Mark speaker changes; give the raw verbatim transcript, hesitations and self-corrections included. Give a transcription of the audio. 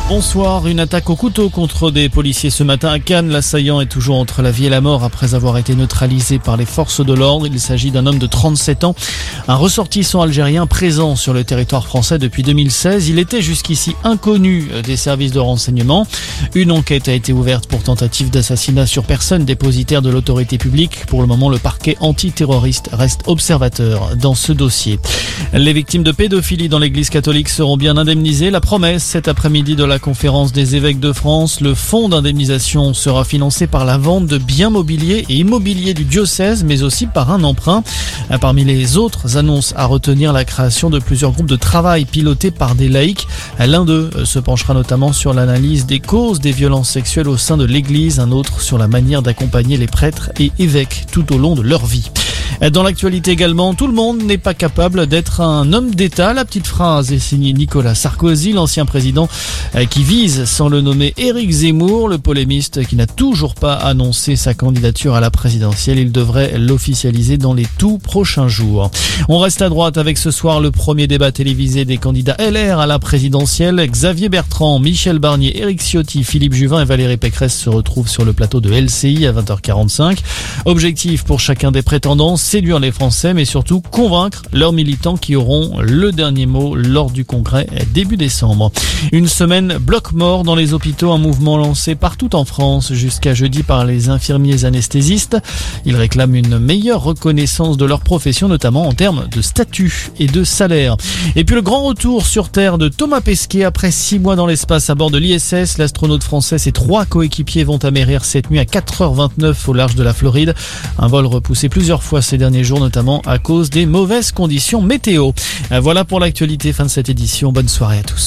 Speaker 1: Bonsoir, une attaque au couteau contre des policiers ce matin à Cannes. L'assaillant est toujours entre la vie et la mort après avoir été neutralisé par les forces de l'ordre. Il s'agit d'un homme de trente-sept ans, un ressortissant algérien présent sur le territoire français depuis deux mille seize. Il était jusqu'ici inconnu des services de renseignement. Une enquête a été ouverte pour tentative d'assassinat sur personne dépositaire de l'autorité publique. Pour le moment, le parquet antiterroriste reste observateur dans ce dossier. Les victimes de pédophilie dans l'église catholique seront bien indemnisées. La promesse cet après-midi de la conférence des évêques de France, le fonds d'indemnisation sera financé par la vente de biens mobiliers et immobiliers du diocèse, mais aussi par un emprunt. Parmi les autres annonces à retenir, la création de plusieurs groupes de travail pilotés par des laïcs. L'un d'eux se penchera notamment sur l'analyse des causes des violences sexuelles au sein de l'église, un autre sur la manière d'accompagner les prêtres et évêques tout au long de leur vie. Dans l'actualité également, tout le monde n'est pas capable d'être un homme d'État. La petite phrase est signée Nicolas Sarkozy, l'ancien président qui vise, sans le nommer, Éric Zemmour, le polémiste qui n'a toujours pas annoncé sa candidature à la présidentielle. Il devrait l'officialiser dans les tout prochains jours. On reste à droite avec ce soir le premier débat télévisé des candidats L R à la présidentielle. Xavier Bertrand, Michel Barnier, Éric Ciotti, Philippe Juvin et Valérie Pécresse se retrouvent sur le plateau de L C I à vingt heures quarante-cinq. Objectif pour chacun des prétendants, séduire les Français, mais surtout convaincre leurs militants qui auront le dernier mot lors du congrès début décembre. Une semaine bloc-mort dans les hôpitaux, un mouvement lancé partout en France jusqu'à jeudi par les infirmiers anesthésistes. Ils réclament une meilleure reconnaissance de leur profession, notamment en termes de statut et de salaire. Et puis le grand retour sur Terre de Thomas Pesquet après six mois dans l'espace à bord de l'I S S. L'astronaute français et ses trois coéquipiers vont amérir cette nuit à quatre heures vingt-neuf au large de la Floride. Un vol repoussé plusieurs fois ces derniers jours, notamment à cause des mauvaises conditions météo. Voilà pour l'actualité, fin de cette édition. Bonne soirée à tous.